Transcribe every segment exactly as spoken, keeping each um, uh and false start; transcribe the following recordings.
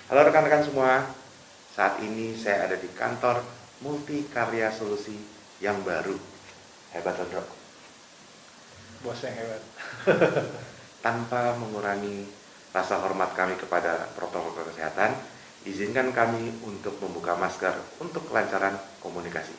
Halo rekan-rekan semua, saat ini saya ada di kantor Multi Karya Solusi yang baru. Hebat, Andro. Bos yang hebat. Tanpa mengurangi rasa hormat kami kepada protokol kesehatan, izinkan kami untuk membuka masker untuk kelancaran komunikasi.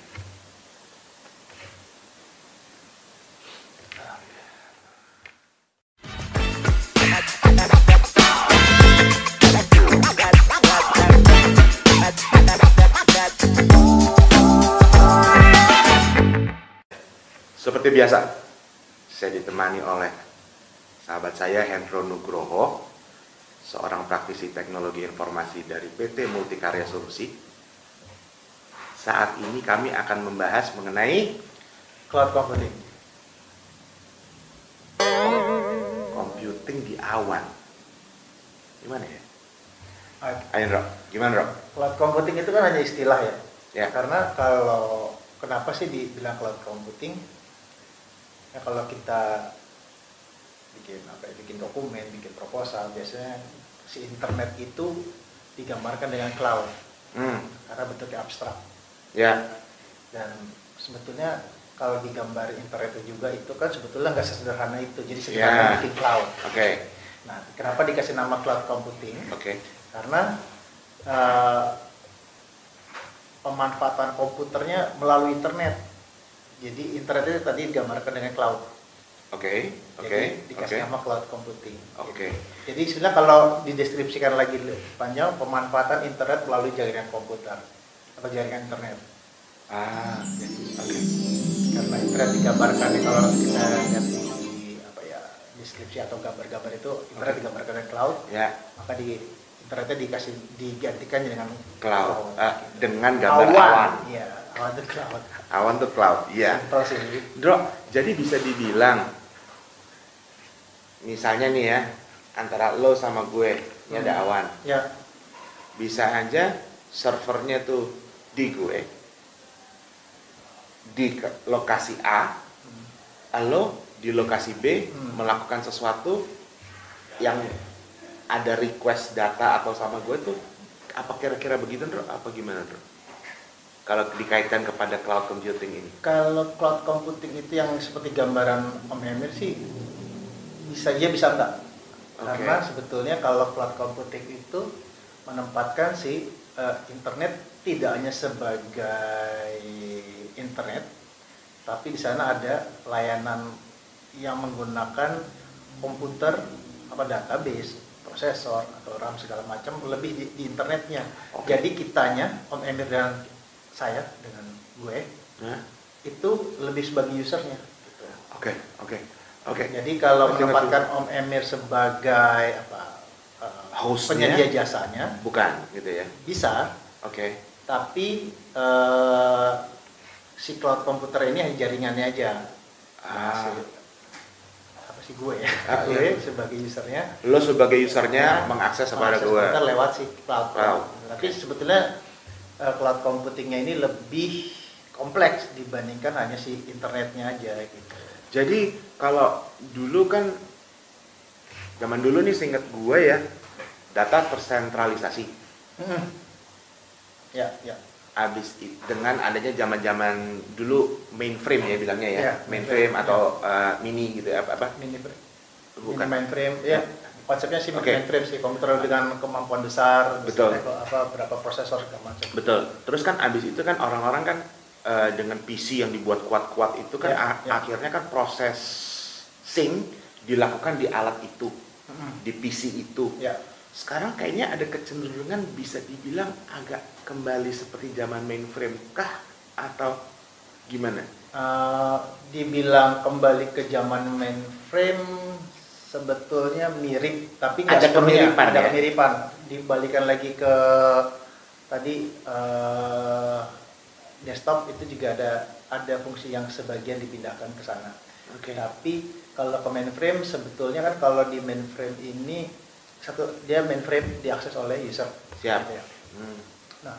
Seperti biasa, saya ditemani oleh sahabat saya Hendro Nugroho, seorang praktisi teknologi informasi dari P T Multikarya Solusi. Saat ini kami akan membahas mengenai Cloud computing. computing di awan. Gimana ya? Ah, Ayo, Hendro, gimana, Bro? Cloud computing itu kan hanya istilah ya. Ya. Karena kalau kenapa sih dibilang cloud computing? Ya kalau kita bikin apa ya, bikin dokumen, bikin proposal, biasanya si internet itu digambarkan dengan cloud Hmm, karena bentuknya abstrak. ya, Dan sebetulnya kalau digambar internet itu juga itu kan sebetulnya nggak sesederhana itu. Jadi sederhana Ya. bikin cloud. oke, Nah, kenapa dikasih nama cloud computing? oke, Karena eh, pemanfaatan komputernya melalui internet. Jadi internet itu tadi digambarkan dengan cloud. oke, oke, Jadi dikasih oke, nama cloud computing. oke. Jadi sebenarnya kalau dideskripsikan lagi panjang, pemanfaatan internet melalui jaringan komputer atau jaringan internet. Ah, Jadi oke, karena internet digambarkan ya, kalau kita lihat di apa ya deskripsi atau gambar-gambar itu internet Oke. digambarkan dengan cloud, ya, maka di internetnya dikasih digantikan dengan cloud, Ah, dengan gambar awan. awan. Iya, awan itu cloud. Awan tuh cloud, iya. Simple sih. Bro, jadi bisa dibilang, misalnya nih ya, antara lo sama gue, ini ada Hmm. awan. Ya, Bisa aja servernya tuh di gue, di ke- lokasi A, lo di lokasi B Hmm. melakukan sesuatu yang ada request data atau sama gue tuh, apa kira-kira begitu, Bro? Apa gimana, Bro? Kalau dikaitkan kepada cloud computing ini. kalau cloud computing itu yang seperti gambaran Om Emir sih bisa aja bisa enggak. Oke. Karena sebetulnya kalau cloud computing itu menempatkan si eh, internet tidak hanya sebagai internet, tapi di sana ada layanan yang menggunakan komputer apa database, prosesor atau RAM segala macam lebih di, di internetnya. Oke. Jadi kitanya Om Emir dan saya dengan gue Hah? itu lebih sebagai usernya gitu. Oke, oke, oke. Jadi kalau Oke, menempatkan Om Emir sebagai apa eh, Hostnya? penyedia jasanya Bukan, gitu ya. bisa, Oke, tapi eh, si cloud komputer ini hanya jaringannya aja. Nah, Ah. si- apa sih gue ya? Ah, gue iya. sebagai usernya lo sebagai usernya ya, mengakses kepada mengakses gue. komputer lewat si cloud. Cloud, Tapi oke. sebetulnya eh, cloud computingnya ini lebih kompleks dibandingkan hanya si internetnya aja gitu. Jadi kalau dulu kan, zaman dulu nih seingat gue ya, data tersentralisasi. Hmm. Ya, ya. Abis it- dengan adanya zaman-zaman dulu mainframe ya bilangnya ya, Iya, mainframe mainframe, atau uh, mini gitu ya, apa apa? Mini, Bukan. mini mainframe, ya konsepnya sih Oke. mainframe sih komputer dengan kemampuan besar, Betul. misalnya apa berapa prosesor segala macam. Betul. Terus kan abis itu kan orang-orang kan uh, dengan P C yang dibuat kuat-kuat itu kan Ya, a- ya. akhirnya kan proses sync dilakukan di alat itu, Mm-mm. di P C itu. Ya, Sekarang kayaknya ada kecenderungan bisa dibilang agak kembali seperti zaman mainframe kah atau gimana? eh, dibilang kembali ke zaman mainframe sebetulnya mirip, tapi nggak Ada sepenuhnya. kemiripan, Ada ya? kemiripan. Dibalikan lagi ke tadi eh, desktop itu juga ada ada fungsi yang sebagian dipindahkan ke sana. Oke. Tapi kalau ke mainframe sebetulnya kan kalau di mainframe ini satu dia mainframe diakses oleh user. Siap. Gitu ya. Hmm. Nah,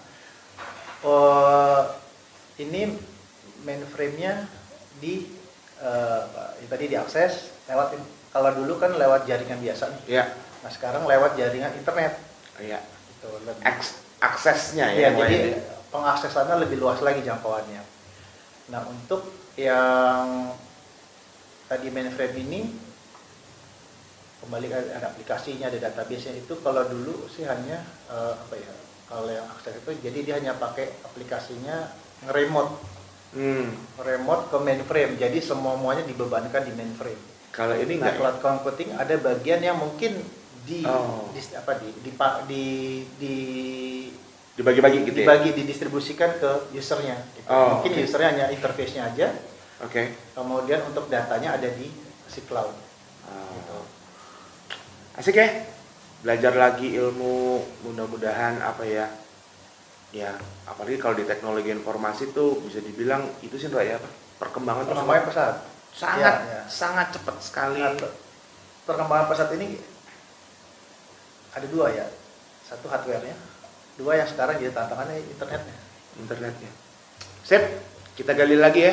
oh, ini mainframe-nya di eh, apa, ya tadi diakses lewat in- kalau dulu kan lewat jaringan biasa nih. Ya. Nah sekarang lewat jaringan internet. Iya. Gitu. gitu. Lebih, Aks- aksesnya ya, ya, yang jadi lain. pengaksesannya lebih luas lagi jangkauannya. Nah, untuk yang tadi mainframe ini kembali ada aplikasinya, ada database-nya. Itu kalau dulu sih hanya uh, apa ya, kalau yang akses itu jadi dia hanya pakai aplikasinya nge-remote Hmm. remote ke mainframe, jadi semuanya dibebankan di mainframe. Kalau ini Nah, enggak cloud computing ada bagian yang mungkin di, Oh. di apa di di di, di dibagi-bagi gitu ya? dibagi didistribusikan ke usernya gitu. Oh, Mungkin okay. usernya hanya interface-nya aja. Oke. Okay. Kemudian untuk datanya ada di si cloud. Oh. Gitu. Asik ya? Belajar lagi ilmu, mudah-mudahan apa ya? Ya, apalagi kalau di teknologi informasi tuh bisa dibilang itu sih Ndra ya, apa? Perkembangan tuh Perkembangan pesat. sangat Ya, ya. sangat cepat sekali. Nah, perkembangan pesat ini ada dua ya. Satu hardware-nya, dua yang sekarang jadi tantangannya internetnya. Internetnya. Sip, kita gali lagi ya.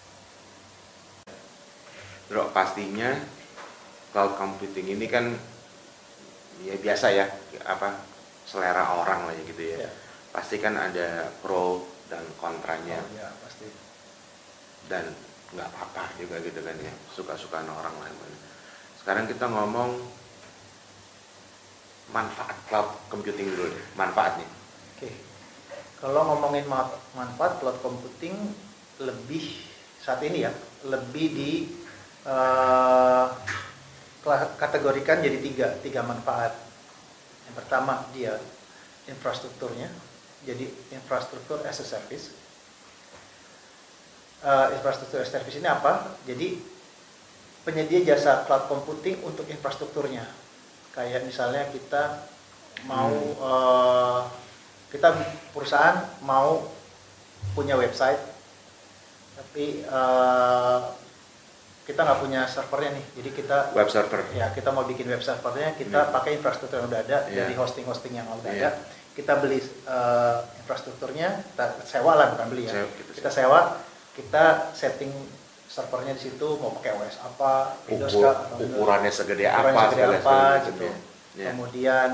Bro, pastinya cloud computing ini kan ya biasa ya, apa selera orang lah ya gitu ya. Ya. Pasti kan ada pro dan kontranya. Oh, ya, pasti. Dan nggak apa-apa juga gitu kan ya, suka-sukaan orang lain. Sekarang kita ngomong manfaat cloud computing dulu deh, manfaatnya. Oke, kalau ngomongin manfaat cloud computing lebih saat ini ya, lebih di uh, kategorikan jadi tiga, tiga manfaat. Yang pertama dia infrastrukturnya, jadi infrastruktur as a service. Uh, infrastruktur as a service ini apa? Jadi penyedia jasa cloud computing untuk infrastrukturnya. Kayak misalnya kita mau hmm. uh, kita perusahaan mau punya website, tapi uh, kita nggak punya servernya nih, jadi kita web server. Ya, kita mau bikin web servernya, kita hmm. pakai infrastruktur yang udah ada yeah. dari hosting-hosting yang udah yeah. ada. Kita beli uh, infrastrukturnya, kita sewa lah, bukan beli ya. Sewa, kita, kita sewa, kita setting servernya di situ, mau pakai O S apa, Windows Ukur, atau ukurannya segede ukurannya apa, segede apa gitu. Yeah. Kemudian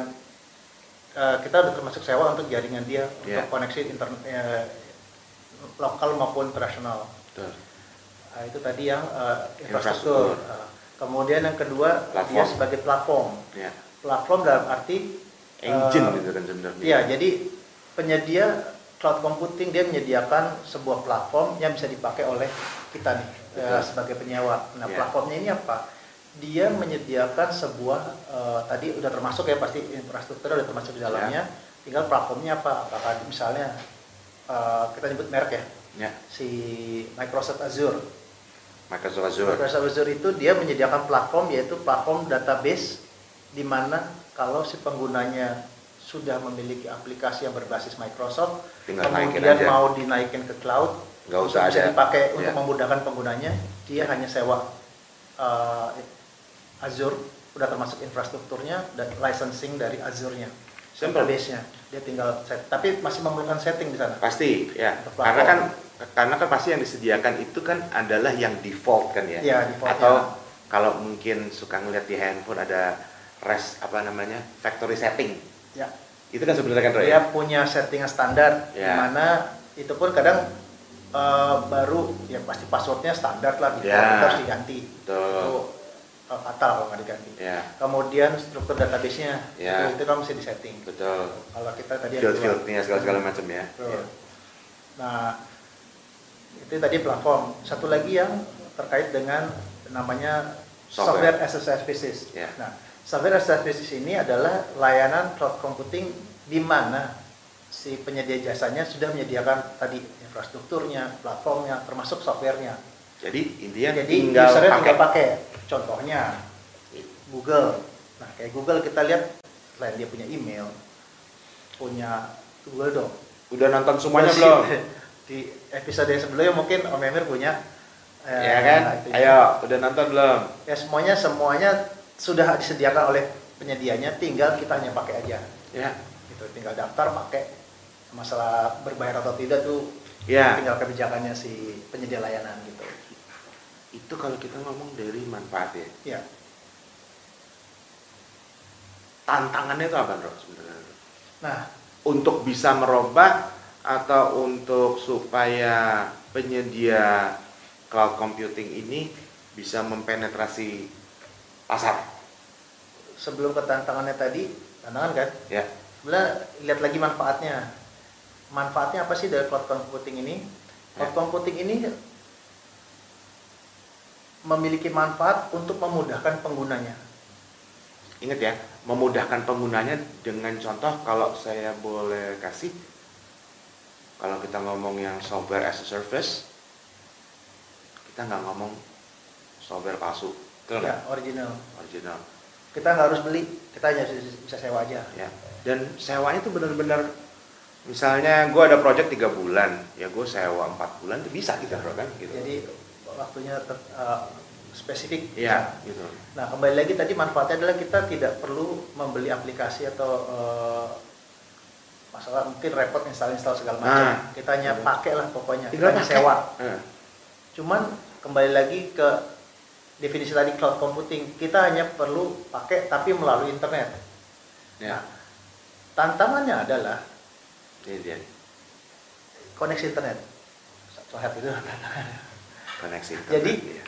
uh, kita udah termasuk sewa untuk jaringan dia, yeah. untuk koneksi internet uh, lokal maupun internasional. Betul. Uh, itu tadi yang uh, infrastruktur. infrastruktur. Uh, kemudian yang kedua platform. Dia sebagai platform. Yeah. Platform dalam arti engine uh, gitu kan sebenarnya. Iya, jadi penyedia cloud computing dia menyediakan sebuah platform yang bisa dipakai oleh kita nih uh, sebagai penyewa. Nah, yeah. platformnya ini apa? Dia menyediakan sebuah uh, tadi udah termasuk ya, pasti infrastruktur udah termasuk di dalamnya. Yeah. Tinggal platformnya apa? Apakah misalnya uh, kita nyebut merek ya? Yeah. Si Microsoft Azure. Microsoft Azure. Microsoft Azure itu dia menyediakan platform, yaitu platform database di mana kalau si penggunanya sudah memiliki aplikasi yang berbasis Microsoft, tinggal kemudian mau dinaikin ke cloud, nggak usah bisa ada. dipakai Ya. untuk memudahkan penggunanya, dia hanya sewa uh, Azure, udah termasuk infrastrukturnya dan licensing dari Azure-nya, database-nya. Dia tinggal set, tapi masih memerlukan setting di sana. Pasti, ya. Karena kan karena kan pasti yang disediakan itu kan adalah yang default kan ya. Ya, default. Atau ya. Kalau mungkin suka ngeliat di handphone ada rest apa namanya factory setting. Ya. Itu kan sebenarnya kan Roy. Dia punya settingan standar, ya. Di mana itu pun kadang uh, baru ya pasti passwordnya standar lah, ya. Itu harus diganti. Betul. Itu uh, fatal kalau nggak diganti. Ya. Kemudian struktur database-nya ya. itu, itu kan mesti disetting. Betul. Kalau kita tadi field-fieldnya segala segala macam ya. ya. Nah, itu tadi platform. Satu lagi yang terkait dengan namanya software, software as a services. Ya. Nah, software as a services ini adalah layanan cloud computing di mana si penyedia jasanya sudah menyediakan tadi infrastrukturnya, platformnya, termasuk softwarenya. Jadi intinya Jadi tinggal usernya pakai. tinggal pakai. Contohnya Google. Nah, kayak Google kita lihat selain dia punya email, punya Google Doc. Udah nonton semuanya belum? Di episode sebelumnya mungkin Om Emir punya. Eh, ya kan? Ayo, udah nonton belum? Ya semuanya semuanya sudah disediakan oleh penyedianya, tinggal kita hanya pakai aja. Ya. Gitu, tinggal daftar pakai. Masalah berbayar atau tidak tuh ya. Tinggal kebijakannya si penyedia layanan gitu. Itu kalau kita ngomong dari manfaat ya. Ya. Tantangannya itu apa, Bro? Sebenarnya. Nah, untuk bisa merubah atau untuk supaya penyedia cloud computing ini bisa mempenetrasi pasar. sebelum ke tantangannya tadi, tantangan kan? Ya. Sebenarnya lihat lagi manfaatnya. Manfaatnya apa sih dari cloud computing ini? Cloud Ya. computing ini memiliki manfaat untuk memudahkan penggunanya. Ingat ya, memudahkan penggunanya dengan contoh kalau saya boleh kasih, kalau kita ngomong yang software as a service, kita nggak ngomong software palsu, betul nggak? Ya, original. Original. Kita nggak harus beli, kita hanya bisa sewa aja. Ya. Dan sewanya itu benar-benar, misalnya gue ada project tiga bulan, ya gue sewa empat bulan itu bisa gitu kan? Gitu. Jadi waktunya ter- uh, spesifik. Iya, gitu. Nah, kembali lagi tadi manfaatnya adalah kita tidak perlu membeli aplikasi atau uh, masalah mungkin repot install-install segala macam. Nah, kita hanya betul. pakai lah pokoknya. Tinggal Kita hanya pakai. sewa. Eh. Cuman kembali lagi ke definisi tadi cloud computing, kita hanya perlu pakai tapi melalui internet. Ya. Nah, tantangannya adalah Ini dia. koneksi internet. Sohat itu. Koneksi internet. Jadi, ya.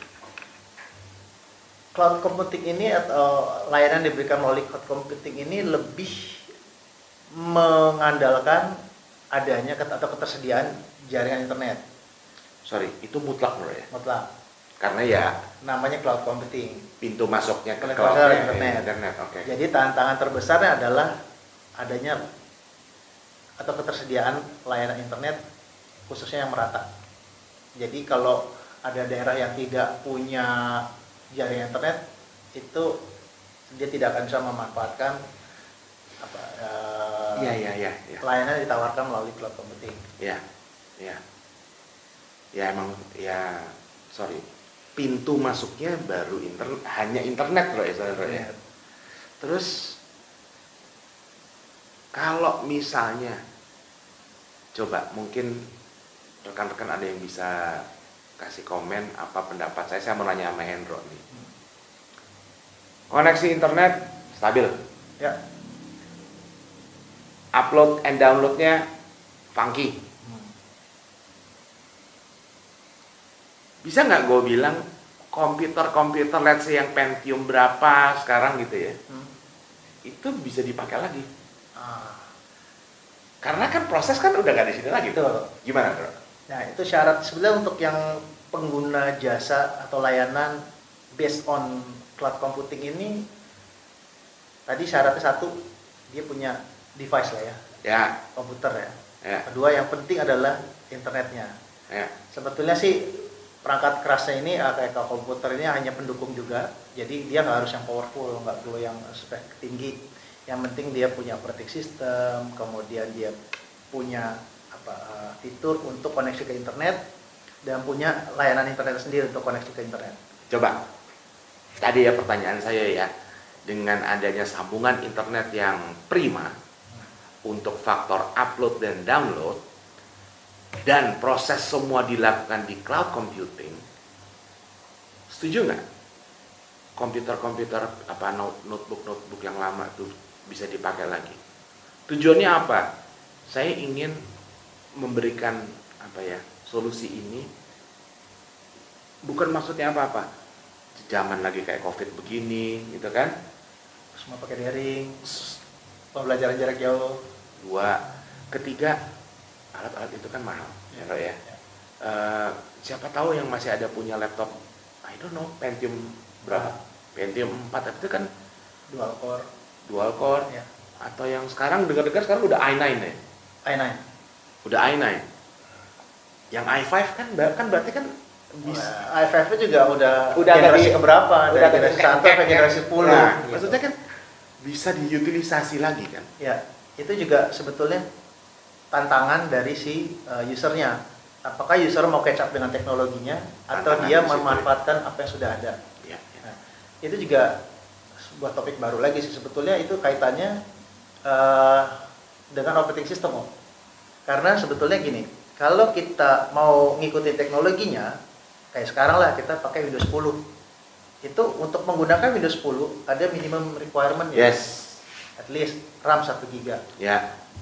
Cloud computing ini atau layanan yang diberikan melalui cloud computing ini lebih mengandalkan adanya ket- atau ketersediaan jaringan internet. Sorry, itu mutlak bro ya. Mutlak. Karena ya Namanya cloud computing. pintu masuknya ke Cloud cloud computing, ya, internet. internet. Oke. Jadi tantangan terbesarnya adalah adanya atau ketersediaan layanan internet khususnya yang merata. Jadi kalau ada daerah yang tidak punya jaringan internet, itu dia tidak akan bisa memanfaatkan apa eh, Iya iya iya. Ya. layanan yang ditawarkan melalui cloud computing. Ya, ya, ya emang ya sorry, pintu masuknya baru internet, hanya internet bro ya, bro, ya. Terus kalau misalnya, coba mungkin rekan-rekan ada yang bisa kasih komen apa pendapat saya, saya mau nanya sama Hendro nih. Koneksi internet stabil, Ya. upload and downloadnya funky. Hmm. Bisa nggak gue bilang komputer-komputer let's say yang Pentium berapa sekarang gitu ya, Hmm. itu bisa dipakai lagi. Ah, Karena kan proses kan udah nggak di sini lagi. Betul. Gimana bro? Nah, itu syarat sebenarnya untuk yang pengguna jasa atau layanan based on cloud computing ini, tadi syaratnya satu, dia punya device lah ya, Ya, komputer ya. ya, Kedua yang penting adalah internetnya. ya. Sebetulnya sih perangkat kerasnya ini ah, kayak komputer ini hanya pendukung juga, jadi dia nggak harus yang powerful, nggak perlu yang spek tinggi. Yang penting dia punya operating system, kemudian dia punya apa uh, fitur untuk koneksi ke internet dan punya layanan internet sendiri untuk koneksi ke internet. Coba, tadi ya pertanyaan saya ya, dengan adanya sambungan internet yang prima untuk faktor upload dan download, dan proses semua dilakukan di cloud computing, setuju nggak? Komputer-komputer apa notebook-notebook yang lama tuh bisa dipakai lagi. Tujuannya apa? Saya ingin memberikan apa ya solusi ini, bukan maksudnya apa-apa. Zaman lagi kayak COVID begini, gitu kan? Semua pakai daring, pembelajaran jarak jauh. Dua, ketiga, alat-alat itu kan mahal, ya Bro, ya. Uh, siapa tahu yang masih ada punya laptop, I don't know, Pentium berapa? Pentium empat, tapi itu kan Dual core. dual core, Ya. atau yang sekarang dengar-dengar sekarang udah i nine ya, i nine. udah i nine. Yang i five kan, kan berarti kan bisa. i five juga udah, Udah generasi dari- keberapa? udah Dari dari generasi kayak- satu sampai kayak- generasi sepuluh. Nah, gitu. maksudnya kan bisa diutilisasi lagi kan? Ya, itu juga sebetulnya tantangan dari si uh, usernya. Apakah user mau catch up dengan teknologinya atau Tantangan dia di situ, memanfaatkan apa yang sudah ada? Ya, ya. Nah, itu juga sebuah topik baru lagi sih sebetulnya, itu kaitannya uh, dengan operating system, Om. Karena sebetulnya gini, kalau kita mau ngikutin teknologinya, kayak sekarang lah kita pakai Windows sepuluh. Itu untuk menggunakan Windows sepuluh ada minimum requirement ya. Yes, At least RAM satu giga. ya,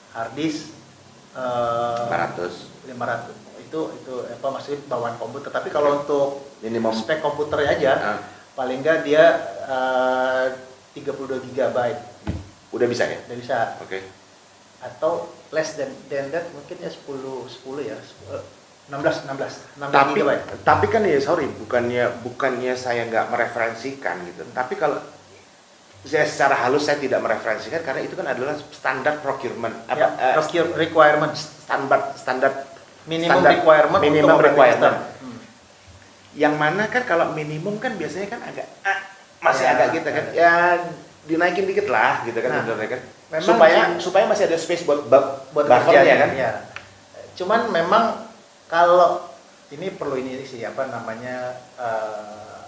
hard disk uh, lima ratus. lima ratus. Itu itu apa maksudnya bawaan komputer. Tapi kalau untuk minimum spek komputernya aja, uh. paling enggak dia uh, tiga puluh dua giga byte. Udah bisa ya? Udah bisa. Oke. Okay. Atau less than, than that mungkin ya sepuluh sepuluh ya. enam belas enam belas tapi gigabyte. Tapi kan ya sorry, bukannya bukannya saya nggak mereferensikan gitu. Tapi kalau saya secara halus saya tidak mereferensikan karena itu kan adalah standar procurement apa ya, uh, procure requirement standar standar minimum standar requirement minimum untuk requirement. Hmm. Yang mana kan kalau minimum kan biasanya kan agak ah, masih ya, agak gitu kan. Ya dinaikin dikit lah gitu kan, nah, sebenarnya kan. Supaya sih, supaya masih ada space buat buat buffernya kan. Ya. Cuman memang kalau ini perlu ini sih apa namanya uh,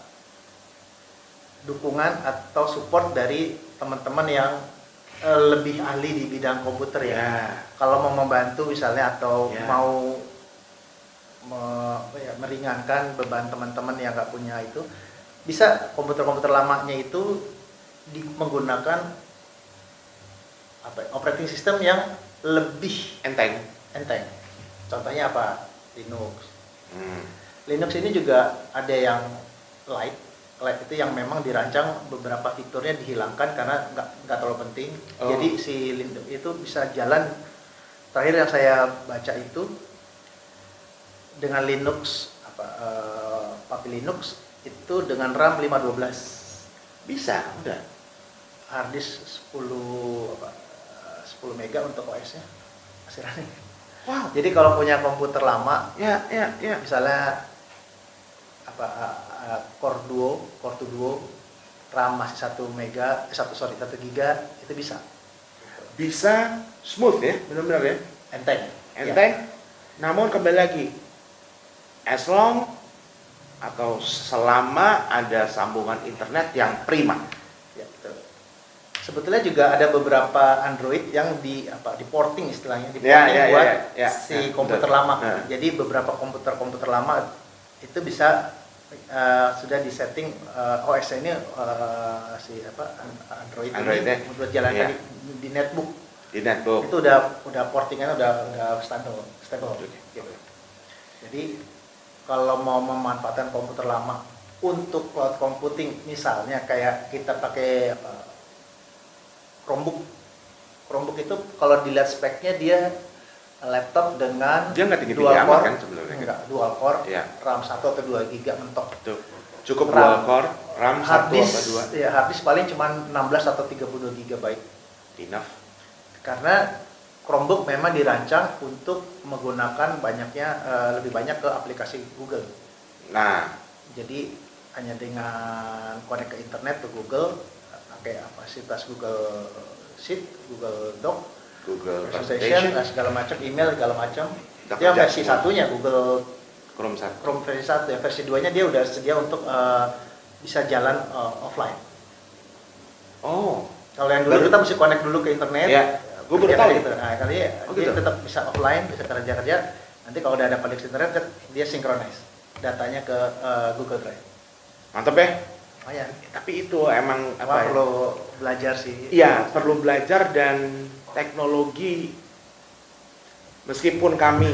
dukungan atau support dari teman-teman yang uh, lebih ahli di bidang komputer ya. ya. Kalau mau membantu misalnya atau ya. mau me, ya, meringankan beban teman-teman yang nggak punya itu, bisa komputer-komputer lamanya itu di, menggunakan apa operating system yang lebih enteng. Enteng. Contohnya apa? Linux. Hmm. Linux ini juga ada yang light, light itu yang memang dirancang beberapa fiturnya dihilangkan karena nggak nggak terlalu penting. Oh. Jadi si Linux itu bisa jalan. Terakhir yang saya baca itu dengan Linux apa uh, Puppy Linux itu dengan RAM lima dua belas bisa, udah. Hard disk sepuluh apa sepuluh mega untuk O S-nya masih running. Wow. Jadi kalau punya komputer lama, ya, ya, ya. Misalnya apa uh, Core Duo, Core Duo, RAM masih satu mega, satu sorry satu giga itu bisa. Bisa smooth ya, benar-benar ya. Enteng. Enteng. Ya. Namun kembali lagi, as long atau selama ada sambungan internet yang prima. Ya, betul. Sebetulnya juga ada beberapa Android yang di apa di porting istilahnya, di porting ya, ya, buat ya, ya, si ya, komputer betul. lama. Ya. Jadi beberapa komputer-komputer lama itu bisa uh, sudah disetting uh, O S ini uh, si apa Android, Android ini untuk jalankan ya. di, di netbook. Di netbook. Itu udah udah portingannya udah udah stable, stable. Gitu. Jadi kalau mau memanfaatkan komputer lama untuk cloud computing, misalnya kayak kita pakai apa, Chromebook. Chromebook itu kalau dilihat speknya dia laptop dengan dia nggak tinggi-tinggi dual core, kan sebenarnya. Enggak, dual core, ya. RAM satu atau dua giga mentok. Betul. Cukup RAM, dual core, RAM satu atau dua. Ya, hard disk paling cuma enam belas atau tiga puluh dua giga byte. Enough. Karena Chromebook memang dirancang untuk menggunakan banyaknya uh, lebih banyak ke aplikasi Google. Nah, jadi hanya dengan connect ke internet ke Google, pakai fasilitas Google Sheet, Google Doc, Google Presentation, segala macam, email segala macam. Itu yang versi satunya Google Chrome satu. Chrome versi satu ya, versi duanya dia udah sedia untuk uh, bisa jalan uh, offline. Oh. Kalau yang dulu kita mesti connect dulu ke internet. Ya. Gue baru tahu gitu. Nah, kali ya oh, dia gitu. Tetap bisa offline, bisa kerja-kerja. Nanti kalau udah ada koneksi internet, dia synchronize datanya ke uh, Google Drive. Mantap ya. Oh ya. Tapi itu emang apa ya? Perlu belajar sih. Iya, perlu belajar dan teknologi. Meskipun kami,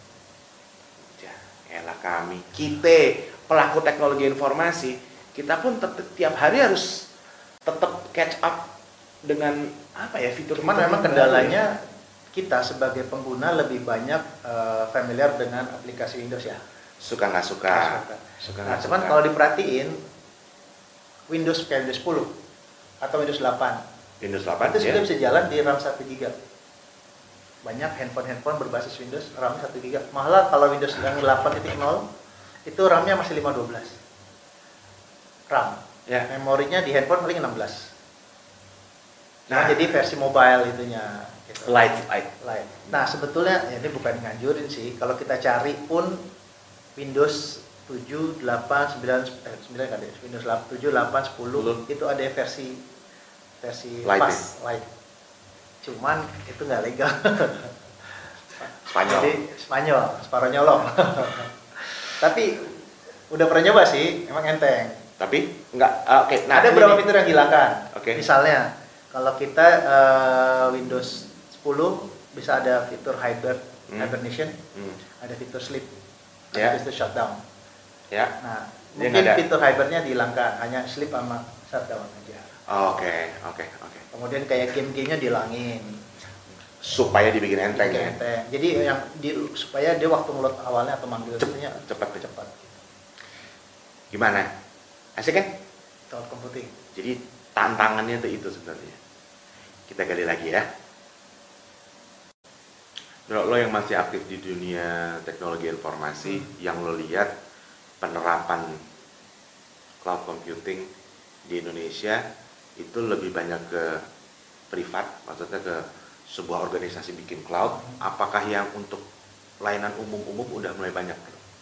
ya, elah kami, kita pelaku teknologi informasi, kita pun tetap tiap hari harus tetap catch up dengan apa ya fitur. Cuman memang kendalanya kita sebagai pengguna lebih banyak uh, familiar dengan aplikasi Windows ya. Suka nggak suka. suka. suka nah, suka. Cuman kalau diperhatiin Windows kayak Windows sepuluh atau Windows delapan, Windows delapan itu sudah ya. bisa jalan di RAM satu giga. Banyak handphone-handphone berbasis Windows RAM satu giga. Malah kalau Windows yang delapan titik nol itu RAM-nya masih lima dua belas. RAM. Ya. Memorinya di handphone paling enam belas. Nah, nah, jadi versi mobile itunya gitu. Light, light. Light. Nah, sebetulnya ya ini bukan nganjurin sih. Kalau kita cari pun Windows tujuh, delapan, sembilan, eh, sembilan kan ya? Windows tujuh, delapan, sepuluh Belum. Itu ada versi versi light pas, light. Cuman itu nggak legal. Spanyol. Jadi Spanyol, Sparonyolong. Tapi udah pernah nyoba sih, emang enteng. Tapi nggak, uh, oke. Okay. Nah, ada beberapa fitur yang hilangkan. Okay. Misalnya kalau kita uh, Windows sepuluh bisa ada fitur hibernate, Hmm. hibernation, Hmm. ada fitur sleep, Ya. ada fitur shutdown. Ya. Nah, Dia mungkin nggak ada. fitur hibernnya dihilangkan, hanya sleep sama shutdown aja. Oke, oke, oke. Kemudian kayak game-gamenya dihilangin. Supaya dibikin enteng ya. Enteng. Jadi yang di, supaya dia waktu ngeload awalnya atau manggil itunya Cepat, cepat. Gimana? Asik kan? Cloud computing. Jadi tantangannya tuh itu sebenarnya. Kita gali lagi ya. Lo, lo yang masih aktif di dunia teknologi informasi, Hmm. yang lo lihat penerapan cloud computing di Indonesia itu lebih banyak ke privat, maksudnya ke sebuah organisasi bikin cloud. Apakah yang untuk layanan umum-umum udah mulai banyak?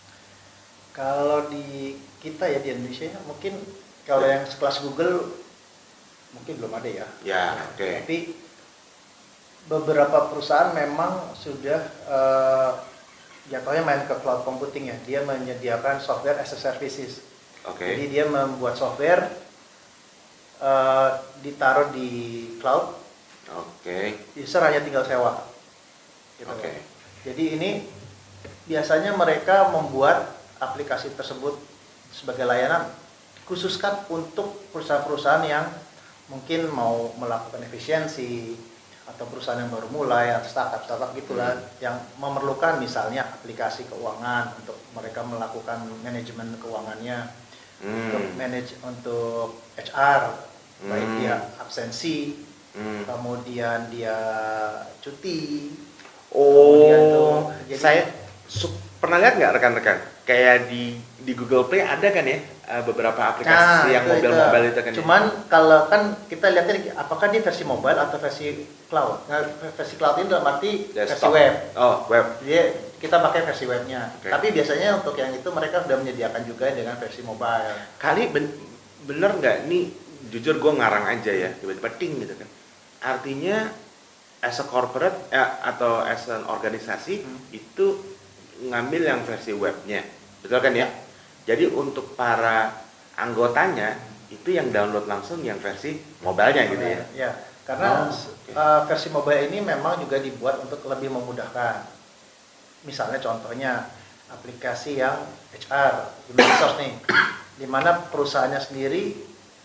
Kalau di kita ya di Indonesia mungkin kalau yang sekelas Google mungkin belum ada ya. Ya, oke. Okay. Tapi beberapa perusahaan memang sudah uh, jatuhnya main ke cloud computing ya. Dia menyediakan software as a services. Oke. Okay. Jadi dia membuat software uh, ditaruh di cloud. Oke. Okay. User hanya tinggal sewa. Gitu. Oke. Okay. Jadi ini biasanya mereka membuat aplikasi tersebut sebagai layanan khususkan untuk perusahaan-perusahaan yang mungkin mau melakukan efisiensi atau perusahaan yang baru mulai atau startup-startup gitulah hmm. yang memerlukan misalnya aplikasi keuangan untuk mereka melakukan manajemen keuangannya, hmm. untuk manage untuk H R, hmm. baik dia absensi, hmm. kemudian dia cuti. Oh, tuh, jadi, saya pernah lihat nggak rekan-rekan? Kayak di di Google Play ada kan ya beberapa aplikasi nah, yang mobile-mobile itu kan. Cuman ya? Kalau kan kita lihatnya apakah dia versi mobile atau versi cloud. Nah, versi cloud ini dalam arti Desktop. Versi web. Oh, web. Jadi kita pakai versi webnya. Okay. Tapi biasanya untuk yang itu mereka sudah menyediakan juga dengan versi mobile. Kali ben bener nggak? Nih jujur gue ngarang aja ya, tiba-tiba ting gitu kan. Artinya as a corporate eh, atau as an organisasi hmm. itu ngambil yang versi webnya, betul kan ya? Jadi untuk para anggotanya itu yang download langsung yang versi mobilenya gitu ya? Ya, karena oh, okay. uh, versi mobile ini memang juga dibuat untuk lebih memudahkan. Misalnya contohnya aplikasi yang H R, human resource nih, di mana perusahaannya sendiri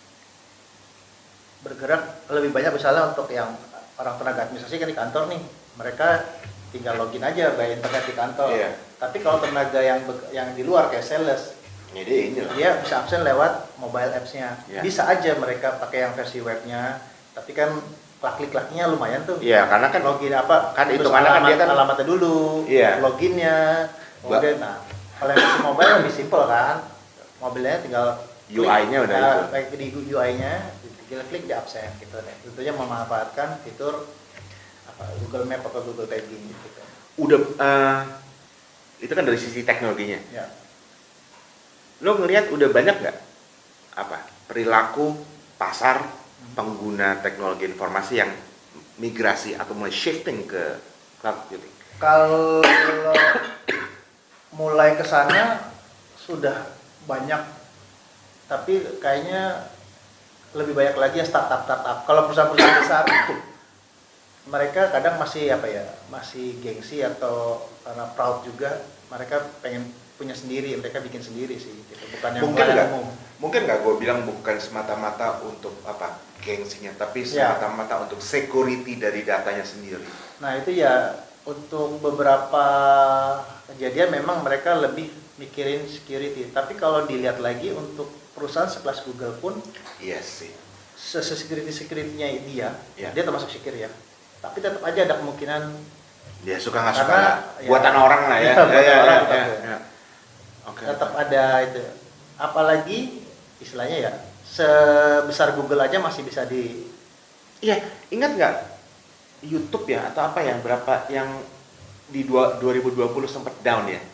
bergerak lebih banyak misalnya untuk yang orang tenaga administrasi kan di kantor nih, mereka tinggal login aja by internet di kantor. Iya. Tapi kalau tenaga yang yang di luar kayak sales, jadi ini dia bisa absen lewat mobile apps-nya. Iya. Bisa aja mereka pakai yang versi webnya, tapi kan klik-kliknya lumayan tuh. Iya, karena kan login apa? Kan itu karena kan dia kan alamatnya dulu, iya. loginnya. Kemudian nah, kalau yang versi mobile lebih simpel kan. Mobilnya tinggal U I-nya udah nah, itu. Kayak di U I-nya, tinggal klik di absen gitu deh. Tentunya memanfaatkan fitur Google Map atau Google Tagging gitu. Udah uh, itu kan dari sisi teknologinya. Ya. Lo ngelihat udah banyak nggak apa perilaku pasar hmm. pengguna teknologi informasi yang migrasi atau mulai shifting ke cloud computing? Kalau mulai ke sana sudah banyak, tapi kayaknya lebih banyak lagi yang startup-startup. Kalau perusahaan-perusahaan besar mereka kadang masih apa ya, masih gengsi atau karena proud juga, mereka pengen punya sendiri, mereka bikin sendiri sih, gitu. Bukan yang mungkin nggak, umum. Mungkin nggak gue bilang bukan semata-mata untuk apa gengsinya, tapi ya. semata-mata untuk security dari datanya sendiri. Nah itu ya untuk beberapa kejadian memang mereka lebih mikirin security, tapi kalau dilihat lagi untuk perusahaan sekelas Google pun, iya sih, security securitynya dia, ya. dia termasuk secure ya. Tapi tetap aja ada kemungkinan dia suka nggak suka ya, buatan orang lah ya, ya, buatan ya, orang, ya, ya, ya, ya. Okay. Tetap ada itu. Apalagi istilahnya ya sebesar Google aja masih bisa di. Iya, ingat nggak YouTube ya atau apa yang berapa yang di dua ribu dua puluh sempat down ya?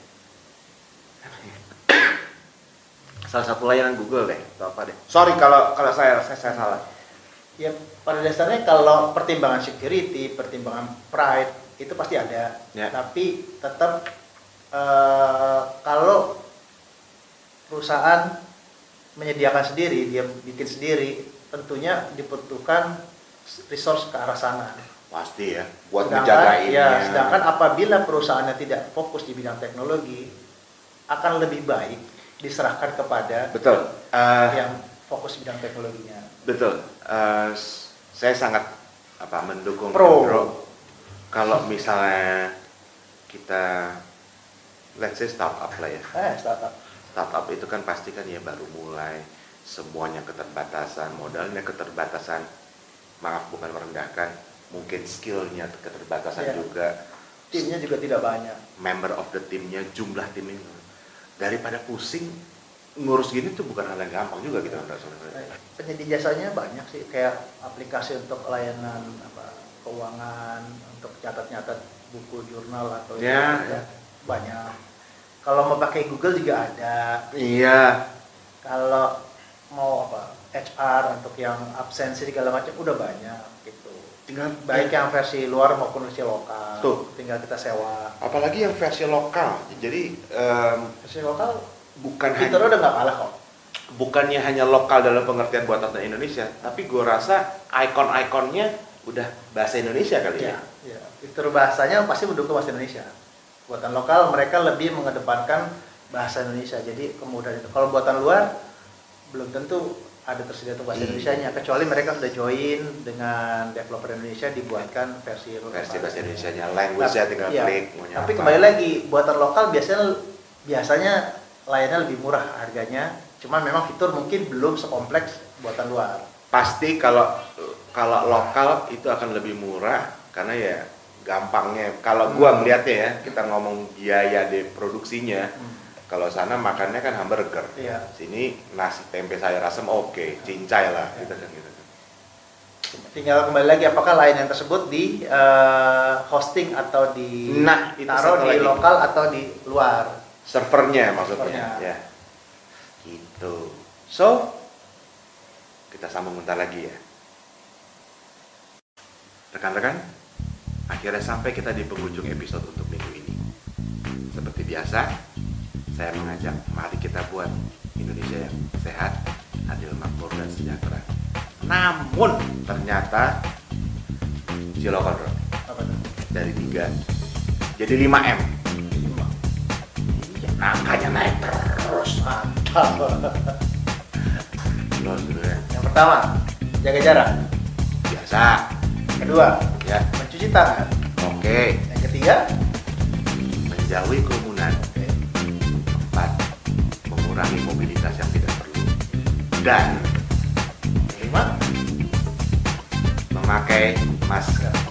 Salah satu layanan Google deh atau apa deh? Sorry kalau kalau saya saya, saya salah. Ya pada dasarnya kalau pertimbangan security, pertimbangan pride itu pasti ada, ya. Tapi tetap uh, kalau perusahaan menyediakan sendiri, dia bikin sendiri, tentunya dibutuhkan resource ke arah sana. Pasti ya, buat Sedangkan, ngejagainnya. ya, sedangkan apabila perusahaannya tidak fokus di bidang teknologi, akan lebih baik diserahkan kepada Betul. Uh, yang fokus di bidang teknologinya. Betul. Uh, saya sangat apa mendukung Pro. Hendro. Kalau misalnya kita let's say startup lah ya. Eh, startup. Startup itu kan pasti kan ya baru mulai, semuanya keterbatasan, modalnya keterbatasan. Maaf bukan merendahkan, mungkin skillnya keterbatasan Ya. juga. Timnya juga tidak banyak. Member of the timnya, jumlah timnya. Daripada pusing ngurus gini tuh bukan hal yang gampang juga gitu. Penyedia jasanya banyak sih, kayak aplikasi untuk layanan apa keuangan, untuk catat-nyatat buku jurnal atau ya, itu, ya. banyak. Kalau mau pakai Google juga ada. Iya. Kalau mau apa H R untuk yang absensi segala macam udah banyak gitu. Tinggal Baik yang versi luar maupun versi lokal. Tuh. Tinggal kita sewa. Apalagi yang versi lokal. Jadi um, Versi lokal bukan fitur hanya udah nggak kalah kok. bukannya hanya lokal dalam pengertian buatan Indonesia, tapi gue rasa ikon-ikonnya udah bahasa Indonesia kali ya. Ya, ya. Fitur bahasanya pasti mendukung bahasa Indonesia. Buatan lokal mereka lebih mengedepankan bahasa Indonesia. Jadi kemudahan itu. Kalau buatan luar belum tentu ada tersedia untuk bahasa Hmm. Indonesianya, kecuali mereka sudah join dengan developer Indonesia dibuatkan versi Versi bahasa Indonesianya, language-nya tinggal Iya. klik. mau Tapi nyapa. kembali lagi, buatan lokal biasanya biasanya layannya lebih murah harganya. Cuman memang fitur mungkin belum sekompleks buatan luar. Pasti kalau kalau lokal itu akan lebih murah karena ya gampangnya. Kalau gua Hmm. ngeliatnya ya, kita ngomong biaya de produksinya. Hmm. Kalau sana makannya kan hamburger. Iya. Sini nasi tempe sayur asem oke, cincay lah gitu kan gitu. Tinggal kembali lagi apakah layanan tersebut di uh, hosting atau di Nah, itu taruh satu di lagi. lokal atau di luar. Servernya maksudnya Servernya. ya. Gitu. So, kita sambung bentar lagi ya. Rekan-rekan, akhirnya sampai kita di penghujung episode untuk minggu ini. Seperti biasa, saya mengajak mari kita buat Indonesia yang sehat, adil, makmur, dan sejahtera. Namun ternyata Cilokon Bro, Apa tuh? dari tiga jadi lima M. Lima. Angkanya naik terus. Mantap. Terus dulu ya. Yang pertama, jaga jarak. Biasa. Kedua, Ya. mencuci tangan. Oke. Yang ketiga, Menjauhi kerumunan. oke. Empat. Mengurangi mobilitas yang tidak perlu. Dan Kelima, memakai masker.